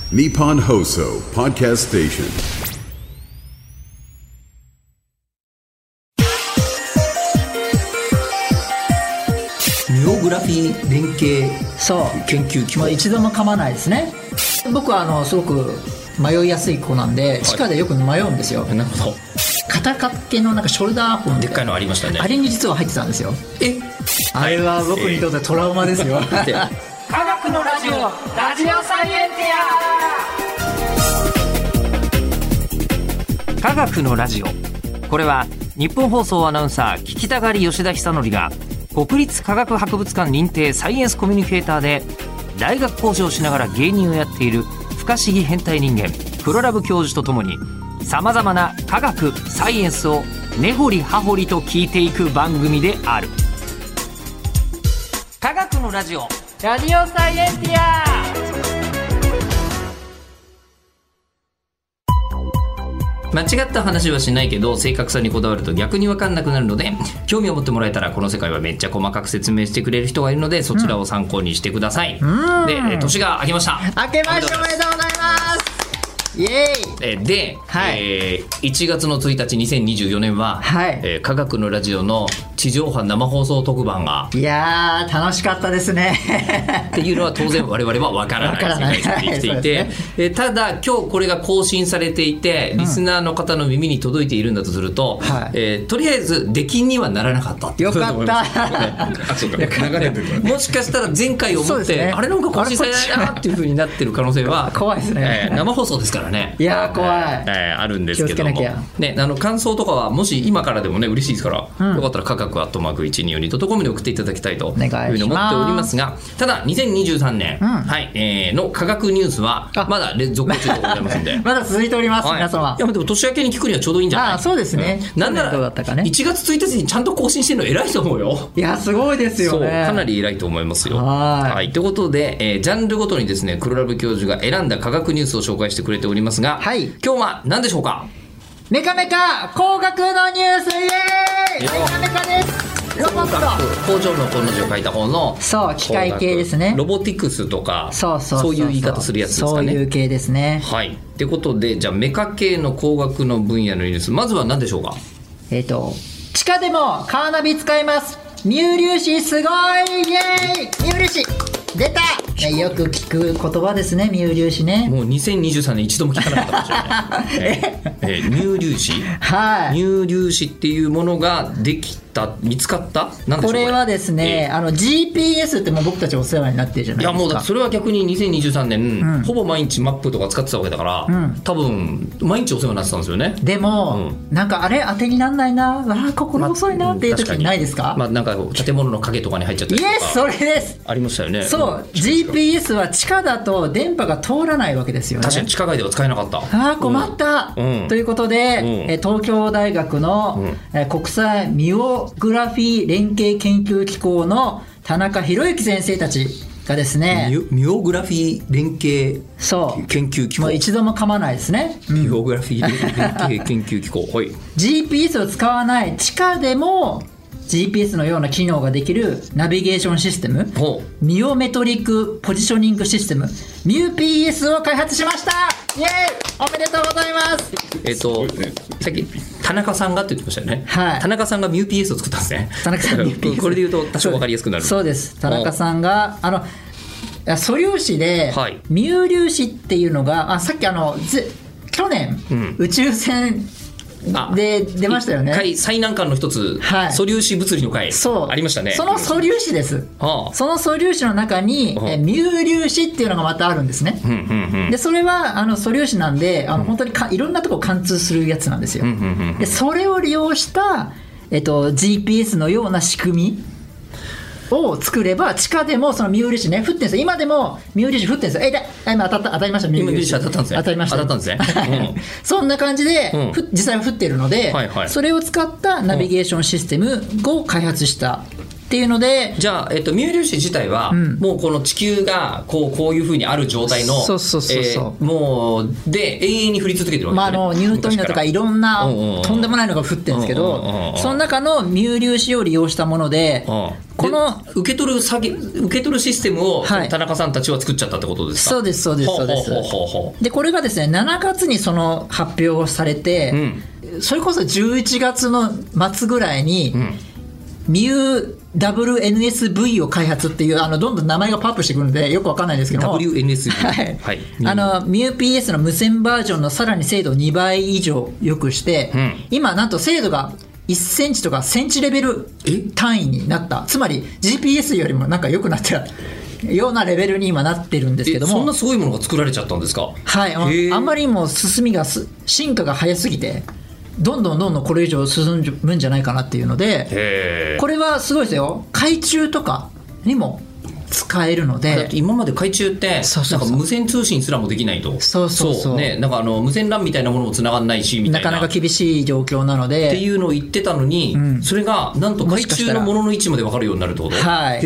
Nippon Hoso Podcast Station。 ミオグラフィー連携研究機構、 一度も噛まないですね。僕はすごく迷いやすい子なんで、地下でよく迷うんですよ。 なるほど。 肩掛けのなんかショルダーホンでっかいのありましたね。 あれに実は入ってたんですよ。あれは僕にとってトラウマですよ。 科学のラジオ、ラジオサイエンティア。科学のラジオ、これは日本放送アナウンサー聞きたがり吉田久典が国立科学博物館認定サイエンスコミュニケーターで大学講師をしながら芸人をやっている不可思議変態人間プロラブ教授とともに、さまざまな科学サイエンスを根掘り葉掘りと聞いていく番組である。科学のラジオ、ラジオサイエンティア。間違った話はしないけど正確さにこだわると逆に分かんなくなるので、興味を持ってもらえたらこの世界はめっちゃ細かく説明してくれる人がいるので、そちらを参考にしてください。で、年が明けました。 明けましておめでとうございます。イエーイ。 で、1月の1日2024年は、科学のラジオの地上波生放送特番が、 いやー楽しかったですねっていうのは当然我々は分からない世界に生きていて、ただ今日これが更新されていて、リスナーの方の耳に届いているんだとすると、とりあえず出禁にはならなかったってよかったもしかしたら前回をもって、あれなんか更新されないなっていう風になってる可能性は怖いですね、 生放送ですからね。 いや怖い、 あるんですけども、 気をつけなきゃ、 感想とかはもし今からでもね嬉しいですから、よかったら科学@124.com に送っていただきたいというふうに思っておりますが、ただ2023年、の科学ニュースはまだ続行中でございますんでまだ続いております、皆様。 いやでも年明けに聞くにはちょうどいいんじゃない？ そうですね、 なんなら1月1日にちゃんと更新してるの偉いと思うよ。 いやすごいですよね。 かなり偉いと思いますよ。ということで、ジャンルごとにですね黒ラブ教授が選んだ科学ニュースを紹介してくれておりますが、今日は何でしょうか？ メカメカ工学のニュース、イエーイ。メカメカです。ロボット、 工場のこの字を書いた方の、 そう機械系ですね。 ロボティクスとか、そういう言い方するやつですかね。 そういう系ですね。 はい。ってことで、じゃあメカ系の工学の分野のニュース、まずは何でしょうか？ 地下でもカーナビ使います。ミュー粒子すごい、イエーイ。ミュー粒子出た。よく聞く言葉ですね、ミュー粒子ね。 もう2023年一度も聞かなかったかもしれない。ミュー粒子、ミュー粒子っていうものができた、見つかった、なんでしょう。 これはですね、GPS ってもう僕たちお世話になってるじゃないですか。 いやもうそれは逆に2023年、ほぼ毎日マップとか使ってたわけだから、多分毎日お世話になってたんですよね。 でも、なんかあれ当てになんないな、心細いなっていう時ないですか？ なんか建物の影とかに入っちゃったりとか。 イエス、それです。 ありましたよね。 そう、GPS は地下だと電波が通らないわけですよね。 確かに地下街では使えなかった。 困った、ということで、東京大学の、国際ミオグラフィー連携研究機構の田中博之先生たちがですね、 ミオグラフィー連携研究機構、 もう一度も噛まないですね、 ミオグラフィー連携研究機構、 GPS を使わない地下でもGPS のような機能ができるナビゲーションシステム、ミオメトリックポジショニングシステム、ミュー PS を開発しました。イエーイ、おめでとうございます。 さっき田中さんがって言ってましたよね。田中さんがミュー PS を作ったんですね。 田中さんミュー PS これで言うと多少分かりやすくなる。 そうです。田中さんが素粒子で、ミュー粒子っていうのがさっき去年、宇宙船で出ましたよね。 最難関の一つ、素粒子物理の回ありましたね。 その素粒子です。その素粒子の中にミュー粒子っていうのがまたあるんですね。でそれは素粒子なんで本当にいろんなところ貫通するやつなんですよ。でそれを利用した、GPS のような仕組みを作れば地下でもそのミュー粒子ね、降ってるんですよ。今でもミュー粒子降ってるんですよ。今当たりました。ミュー粒子当たったんですね。 当たりました。 当たったんですね。 そんな感じで、実際は降ってるので、それを使ったナビゲーションシステムを開発したっていうので、 じゃあ、ミュー粒子自体は、もうこの地球がこういうふうにある状態のもうで永遠に降り続けてるわけですね。 ニュートリノとかいろんなとんでもないのが降ってるんですけど、その中のミュー粒子を利用したもので、この受け取るシステムを田中さんたちは作っちゃったってことですか？ そうですそうですそうです。でこれがですね7月にその発表されて、それこそ11月の末ぐらいに、ミューWNSV を開発っていうどんどん名前がパワーアップしてくるのでよくわかんないですけども WNSV、 はい、ミュー PS の無線バージョンのさらに精度を2倍以上良くして、今なんと精度が1センチとかセンチレベル単位になった。つまり GPS よりもなんか良くなってるようなレベルに今なってるんですけども、 そんなすごいものが作られちゃったんですか？ はい、あんまりにも進化が早すぎてどんどんこれ以上進むんじゃないかなっていうので、これはすごいですよ。海中とかにも使えるので、 だって今まで海中ってなんか無線通信すらもできないと、そうね、なんか無線 LAN みたいなものもつながんないしみたいな、 なかなか厳しい状況なのでっていうのを言ってたのに、それがなんと海中のものの位置まで分かるようになるってこと？ はい、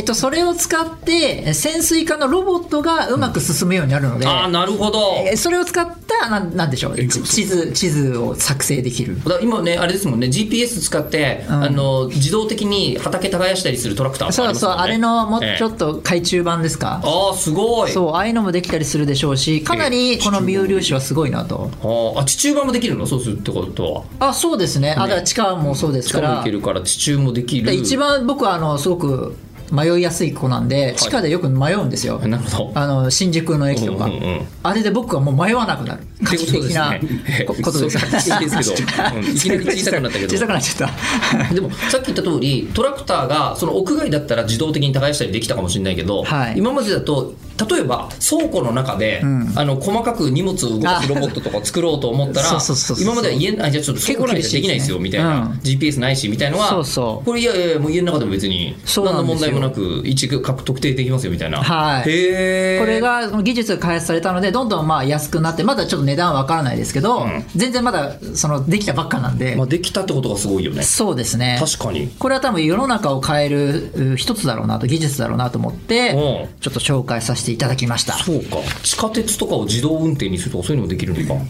それを使って潜水艦のロボットがうまく進むようになるので、 なるほど。 それを使ったなんでしょう、地図を作成できる。 だ今ねあれですもんね、 GPS 使って、自動的に畑耕したりするトラクターもありますもんね。 あれのもうちょっと海中版ですか？ すごい。 そう、ああいうのもできたりするでしょうし、かなりこのミュー粒子はすごいなと。 地中版もできるの？そうするってことはそうですね。だから地下もそうですから、 地下もいけるから地中もできる。 一番僕はすごく迷いやすい子なんで、地下でよく迷うんですよ。 なるほど。 新宿の駅とか、あれで僕はもう迷わなくなる画期的なことです。 いいですけど、いきなり小さくなったけど、 小さくなっちゃったでもさっき言った通りトラクターがその屋外だったら自動的に耕したりできたかもしれないけど、今までだと例えば倉庫の中で、細かく荷物を動かすロボットとかを作ろうと思ったら今まではじゃあちょっと倉庫内でできないですよみたいな、GPS ないしみたいなのは、これいやもう家の中でも別に何の問題もなく一区画特定できますよみたいな。 これが技術が開発されたのでどんどん安くなって、まだちょっと値段は分からないですけど、全然まだできたばっかなんで、 できたってことがすごいよね。 そうですね。 確かにこれは多分世の中を変える一つだろうなと、技術だろうなと思ってちょっと紹介させていただきました。 そうか、地下鉄とかを自動運転にするとかそういうのもできるのか。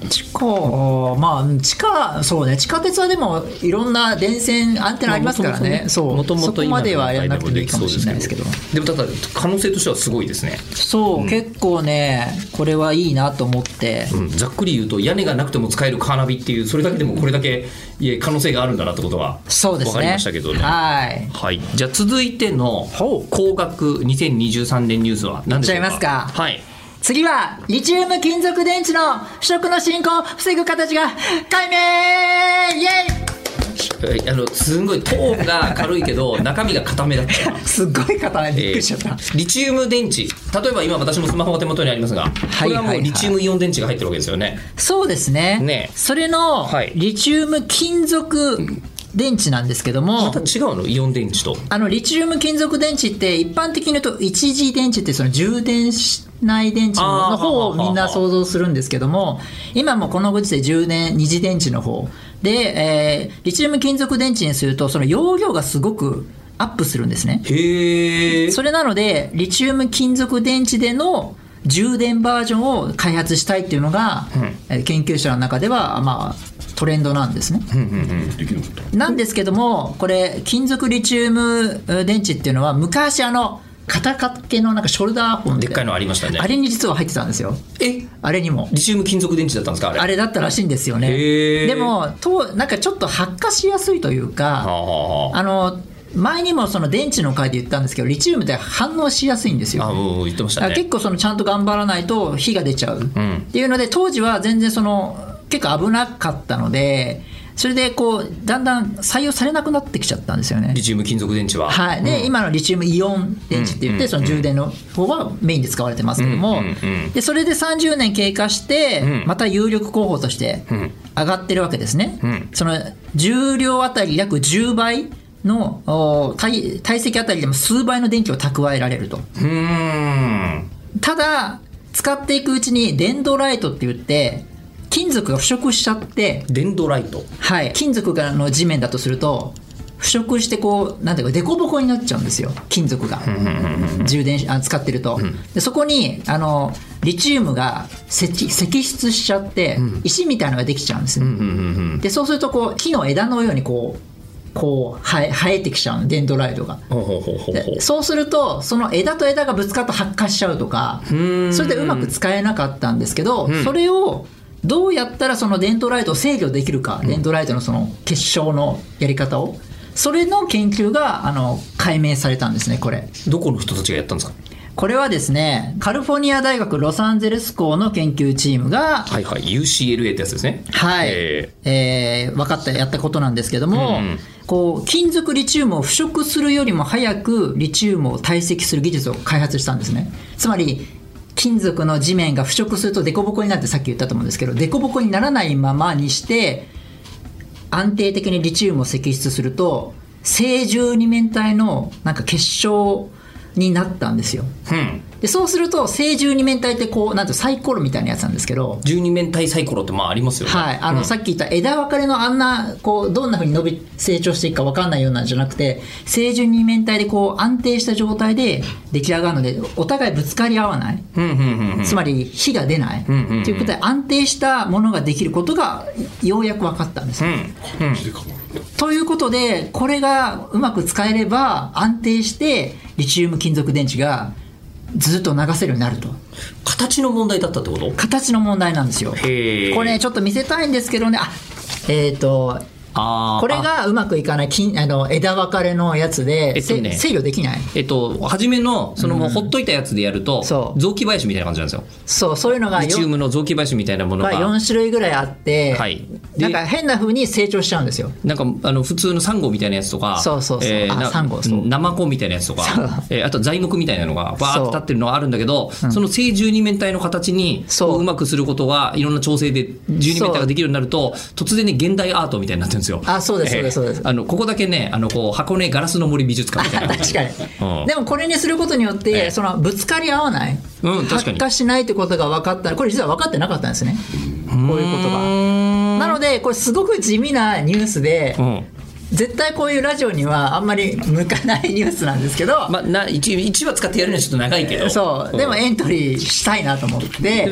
そうね、地下鉄はでもいろんな電線アンテナありますからね。そこまではやらなくてもいいかもしれないですけど、 でもただ可能性としてはすごいですね。 結構ねこれはいいなと思って、 ざっくり言うと屋根がなくても使えるカーナビっていう、それだけでもこれだけ可能性があるんだなってことが分かりましたけどね。はい、じゃあ続いての工学2023年ニュースは何でしょうか？ いっちゃいますか。 はい、 次はリチウム金属電池の不織の進行を防ぐ形が解明。イエイ。 すんごいトーンが軽いけど中身が固めだったすっごい固め、びっくりしちゃった。 リチウム電池、例えば今私もスマホが手元にありますが、これはもうリチウムイオン電池が入ってるわけですよね。 そうですね。それのリチウム金属電池なんですけども、 また違うの？イオン電池とリチウム金属電池って一般的に言うと一次電池ってその充電内電池の方をみんな想像するんですけども、今もこのご時世充電二次電池の方で、リチウム金属電池にするとその容量がすごくアップするんですね。それなのでリチウム金属電池での充電バージョンを開発したいっていうのが、研究者の中ではトレンドなんですね。なんですけども、これ金属リチウム電池っていうのは昔肩掛けのなんかショルダーホンでっかいのありましたね。 あれに実は入ってたんですよ。あれにもリチウム金属電池だったんですか？ あれだったらしいんですよね。でもなんかちょっと発火しやすいというか、前にもその電池の回で言ったんですけど、リチウムって反応しやすいんですよ。 言ってましたね。 結構ちゃんと頑張らないと火が出ちゃうっていうので、当時は全然結構危なかったので、それでだんだん採用されなくなってきちゃったんですよね、 リチウム金属電池は。 で今のリチウムイオン電池って言って、その充電の方はメインで使われてますけども、でそれで30年経過して、また有力候補として上がってるわけですね。その重量あたり約10倍の体積あたりでも数倍の電気を蓄えられると。ただ使っていくうちにデンドライトって言って金属が腐食しちゃって、 デンドライト、 金属の地面だとすると腐食してこうなんていうか凸凹になっちゃうんですよ、金属が充電使ってると。でそこにリチウムが析出しちゃって石みたいなのができちゃうんですね。でそうするとこう木の枝のようにこう生えてきちゃうの、デンドライトが。でそうするとその枝と枝がぶつかって発火しちゃうとか、それでうまく使えなかったんですけど、それをどうやったらそのデンドライトを制御できるか、デンドライトのその結晶のやり方を、それの研究が解明されたんですね。これどこの人たちがやったんですか？ これはですね、カリフォルニア大学ロサンゼルス校の研究チームが、 はいはい、UCLA ってやつですね。 はい、分かったやったことなんですけども、こう金属リチウムを腐食するよりも早くリチウムを堆積する技術を開発したんですね。つまり金属の地面が腐食すると凸凹になって、さっき言ったと思うんですけど、凸凹にならないままにして安定的にリチウムを析出すると正十二面体のなんか結晶になったんですよ。でそうすると正十二面体ってこうなんてサイコロみたいなやつなんですけど、 十二面体サイコロってまあありますよね。 はい、さっき言った枝分かれのあんなこうどんな風に成長していくか分かんないようなんじゃなくて、正十二面体でこう安定した状態で出来上がるので、お互いぶつかり合わない、つまり火が出ない、ということで安定したものができることがようやく分かったんです、ということでこれがうまく使えれば安定してリチウム金属電池がずっと流せるようになると。 形の問題だったってこと？ 形の問題なんですよ。これねちょっと見せたいんですけどね、これがうまくいかない枝分かれのやつで、制御できない。 初めのそのもうほっといたやつでやると、雑木林みたいな感じなんですよ。 そういうのがリチウムの雑木林みたいなものが 4種類ぐらいあって、なんか変な風に成長しちゃうんですよ。 なんか普通のサンゴみたいなやつとか、サンゴ、ナマコみたいなやつとか、あと材木みたいなのがバーッと立ってるのがあるんだけど、その正十二面体の形にうまくすることがいろんな調整で十二面体ができるようになると、突然ね現代アートみたいになってるんですよ。 そうですそうです。 ここだけねこう箱根ガラスの森美術館みたいな確かに、でもこれにすることによって、そのぶつかり合わない、発火しないってことが分かったら、これ実は分かってなかったんですね、こういうことが。なのでこれすごく地味なニュースで、絶対こういうラジオにはあんまり向かないニュースなんですけど、 1話使ってやるにはちょっと長いけど、 でもエントリーしたいなと思って。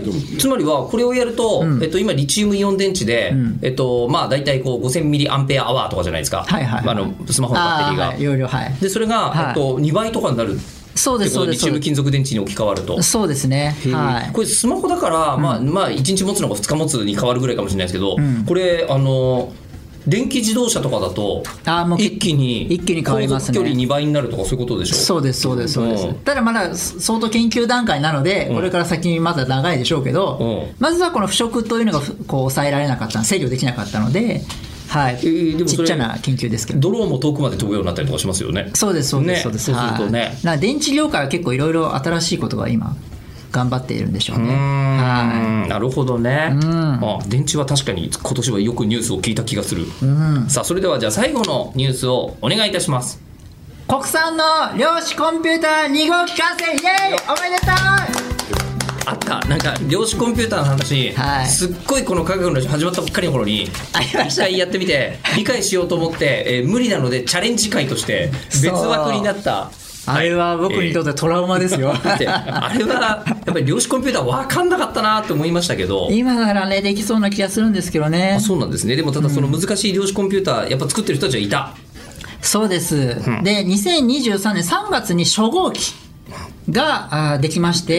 つまりはこれをやると、今リチウムイオン電池で、だいたいこう5000ミリアンペアアワーとかじゃないですか、スマホのバッテリーが容量、 でそれが、2倍とかになる。 そうですそうです。 リチウム金属電池に置き換わると。 そうですね。 これスマホだから、1日持つのか2日持つに変わるぐらいかもしれないですけど、これ電気自動車とかだと一気に変わりますね。 航続距離2倍になるとかそういうことでしょ。 そうですそうですそうです。ただまだ相当研究段階なので、これから先まだ長いでしょうけど、まずはこの腐食というのがこう抑えられなかった、制御できなかったので、でもちっちゃな研究ですけど、 ドローンも遠くまで飛ぶようになったりとかしますよね。 そうですそうですそうです。 そうするとね、 電池業界は結構いろいろ新しいことが今頑張っているんでしょうね。 なるほどね。電池は確かに今年はよくニュースを聞いた気がする。さあそれではじゃあ最後のニュースをお願いいたします。 国産の量子コンピューター2号機完成、イエーイ、おめでとう。 あった、なんか量子コンピューターの話、すっごいこの科学の話始まったばっかりの頃に一回やってみて理解しようと思って、無理なのでチャレンジ会として別枠になった。 あれは僕にとってトラウマですよ。 あれはやっぱり量子コンピューター分かんなかったなと思いましたけど、 今ならねできそうな気がするんですけどね。 そうなんですね。でもただその難しい量子コンピューターやっぱ作ってる人たちはいた。 そうです、で2023年3月に初号機ができまして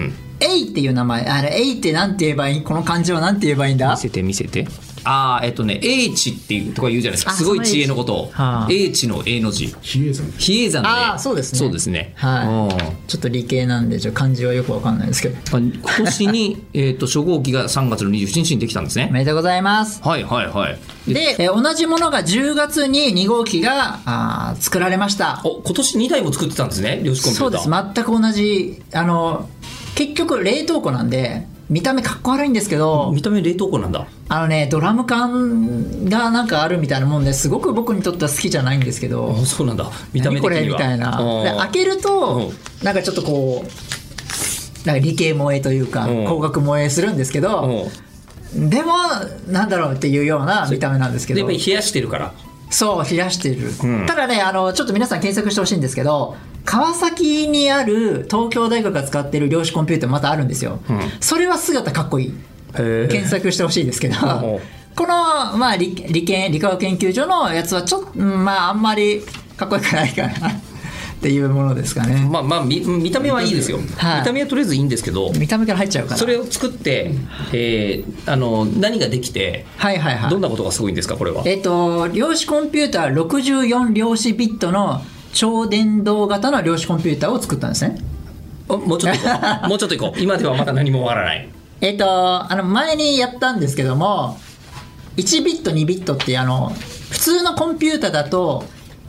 、A っていう名前、A ってなんて言えばいい、この漢字はなんて言えばいいんだ。 見せて。英知っていうとか言うじゃないですか。すごい知恵のことを。英知の A の字。比叡山の A。 そうですね。 そうですね。 ちょっと理系なんで漢字はよくわかんないですけど。 今年に初号機が3月の27日にできたんですね。 おめでとうございます。 はいはいはい。 で、同じものが10月に2号機が作られました。 今年2台も作ってたんですね、量子コンピューター。 そうです。全く同じ。結局冷凍庫なんで見た目かっこ悪いんですけど、 見た目冷凍庫なんだ。 ドラム缶がなんかあるみたいなもんですごく僕にとっては好きじゃないんですけど。 そうなんだ。見た目的には何これみたいな。で開けるとなんかちょっとこうなんか理系萌えというか工学萌えするんですけど、でもなんだろうっていうような見た目なんですけど。 でやっぱり冷やしてるから。 そう冷やしてる、ただねちょっと皆さん検索してほしいんですけど、川崎にある東京大学が使ってる量子コンピューターまたあるんですよ、それは姿かっこいい。検索してほしいですけどこの、まあ、理化学研究所のやつはちょっと、まああんまりかっこよくないかなっていうものですかね。 まあ見た目はいいですよ、はい、見た目はとりあえずいいんですけど、 見た目から入っちゃうからそれを作って、何ができて、はいはいはい、どんなことがすごいんですかこれは。 量子コンピューター64量子ビットの超電導型の量子コンピューターを作ったんですね。 もうちょっと行こうもうちょっと行こう。今ではまだ何もわからない。 前にやったんですけども、1ビット2ビットって普通のコンピューターだと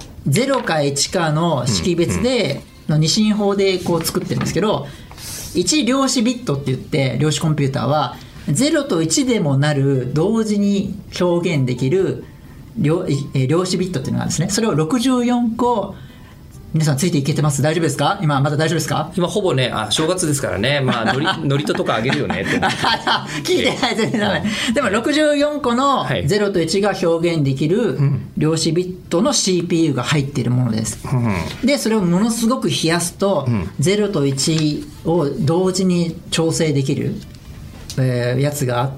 0か1かの識別での二進法でこう作ってるんですけど、1量子ビットって言って量子コンピューターは0と1でもなる同時に表現できる量子ビットっていうのがあるんですね。それを64個皆さんついていけてます？大丈夫ですか？今まだ大丈夫ですか？ 今ほぼね、正月ですからね、まあノリととかあげるよねって聞いてない、全然ダメ。でも64個の0と1が表現できる量子ビットの CPU が入っているものです、でそれをものすごく冷やすと、0と1を同時に調整できる、やつがあって、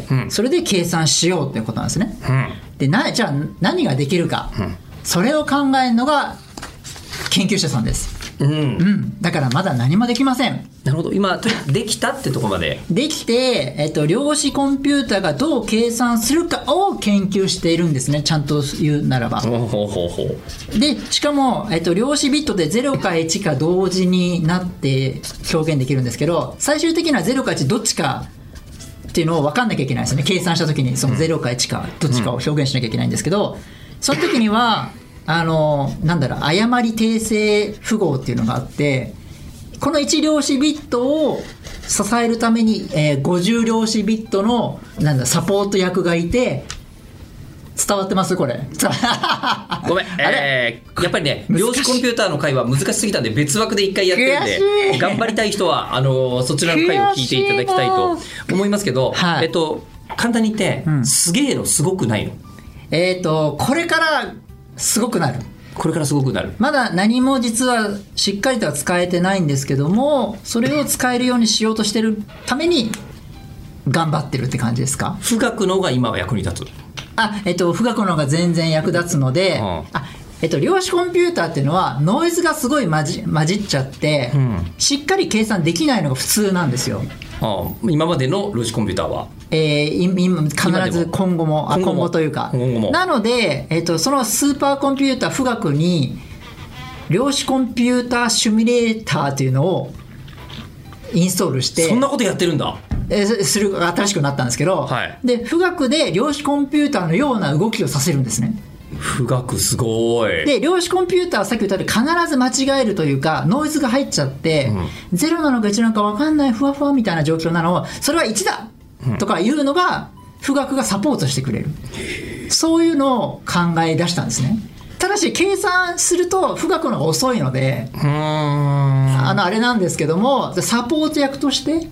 それで計算しようということなんですね、でじゃあ何ができるか、それを考えるのが研究者さんです、だからまだ何もできません。 なるほど。今できたってとこまでできて、量子コンピューターがどう計算するかを研究しているんですね、ちゃんと言うならば。でしかも、量子ビットで0か1か同時になって表現できるんですけど、最終的には0か1どっちかっていうのを分かんなきゃいけないですよね。計算した時にその0か1かどっちかを表現しなきゃいけないんですけど、その時にはなんだろう、誤り訂正符号っていうのがあって、この1量子ビットを支えるために、50量子ビットのサポート役がいて、伝わってますこれごめん、やっぱりね量子コンピューターの回は難しすぎたんで別枠で1回やってるんで、頑張りたい人はそちらの回を聞いていただきたいと思いますけど、はい、簡単に言って、すげえのすごくないの？ これからすごくなる。 これからすごくなる。 まだ何も実はしっかりとは使えてないんですけども、それを使えるようにしようとしてるために頑張ってるって感じですか？ 富岳の方が今は役に立つ。 富岳の方が全然役立つので、量子コンピューターっていうのはノイズがすごい混じっちゃって、しっかり計算できないのが普通なんですよ。 今までの量子コンピューターは、 必ず今後もというか、なので、そのスーパーコンピューター富岳に量子コンピューターシミュレーターというのをインストールして、 そんなことやってるんだ。 新しくなったんですけど、で富岳で量子コンピューターのような動きをさせるんですね。 富岳すごい。で量子コンピューターはさっき言ったように必ず間違えるというか、ノイズが入っちゃって、0なのか1なのか分かんないふわふわみたいな状況なのを、それは1だとかいうのが富岳がサポートしてくれる、そういうのを考え出したんですね。ただし計算すると富岳の方が遅いので、あれなんですけども、サポート役として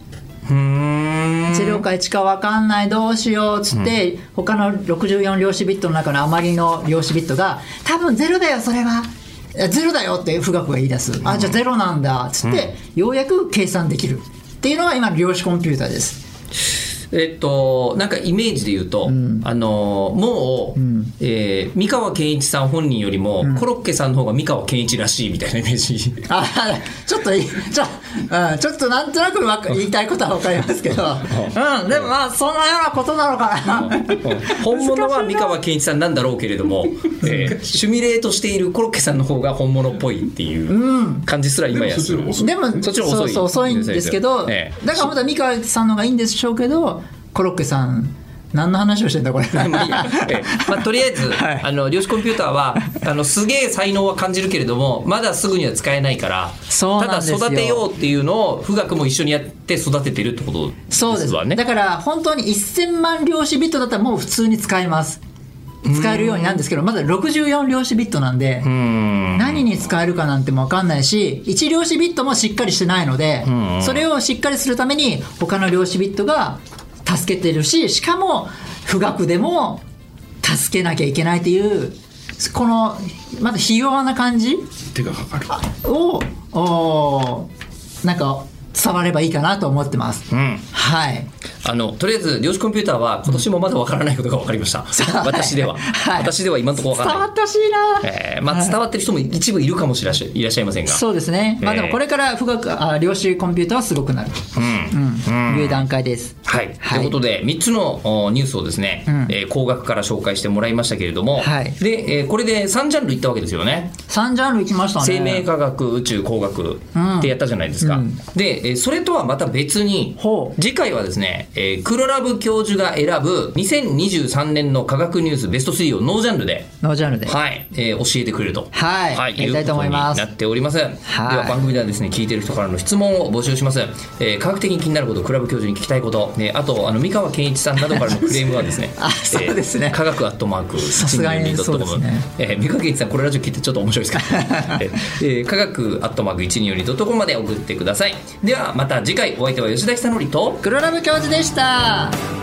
0か1か分かんないどうしようっつって、他の64量子ビットの中の余りの量子ビットが多分0だよ、それは0だよって富岳が言い出す、じゃあ0なんだっつって、ようやく計算できるっていうのが今の量子コンピューターです。 なんかイメージで言うと、もう、三河健一さん本人よりも、コロッケさんの方が三河健一らしいみたいなイメージ。 ちょっとなんとなく言いたいことは分かりますけど、でもまあそんなようなことなのかな。 本物は三河健一さんなんだろうけれども、シミュレートしているコロッケさんの方が本物っぽいっていう感じすら今やする。 でもそっちの方が遅いんですけど、だからまだ三河さんの方がいいんでしょうけど、コロッケさん何の話をしてんだこれ。とりあえず、量子コンピューターはすげえ才能は感じるけれども、まだすぐには使えないから、ただ育てようっていうのを富岳も一緒にやって育ててるってことですわね。 そうです。だから本当に1000万量子ビットだったらもう普通に使えます。使えるようになるんですけど、まだ64量子ビットなんで、何に使えるかなんても分かんないし、1量子ビットもしっかりしてないので、それをしっかりするために他の量子ビットが助けてるし、しかも富岳でも助けなきゃいけないというこのまずひ弱な感じ手がかかるをなんか伝わればいいかなと思ってます、はい。 とりあえず量子コンピューターは今年もまだわからないことが分かりました、私では、私では今のところ分からない。 伝わってほしいな、 伝わってる人も一部いるかもいらっしゃいませんが、 そうですね、でもこれから量子コンピューターはすごくなるという段階です、はい。 ということで3つのニュースをですね、工学から紹介してもらいましたけれども、でこれで3ジャンルいったわけですよね。 3ジャンルいきましたね。 生命科学、宇宙、工学ってやったじゃないですか、でそれとはまた別に次回はですね、黒ラブ教授が選ぶ2023年の科学ニュースベスト3をノージャンルで、はい、教えてくれると、 やりたいと思います。 いうことになっております。では番組ではですね、聞いている人からの質問を募集します。科学的に気になること、クラブ教授に聞きたいこと、あと三河健一さんなどからのクレームはですねそうですね、 科学@124.com、三河健一さんこれラジオ聞いてちょっと面白いですから科学@124.com まで送ってください。ではまた次回、お相手は吉田久典と黒ラブ教授でした。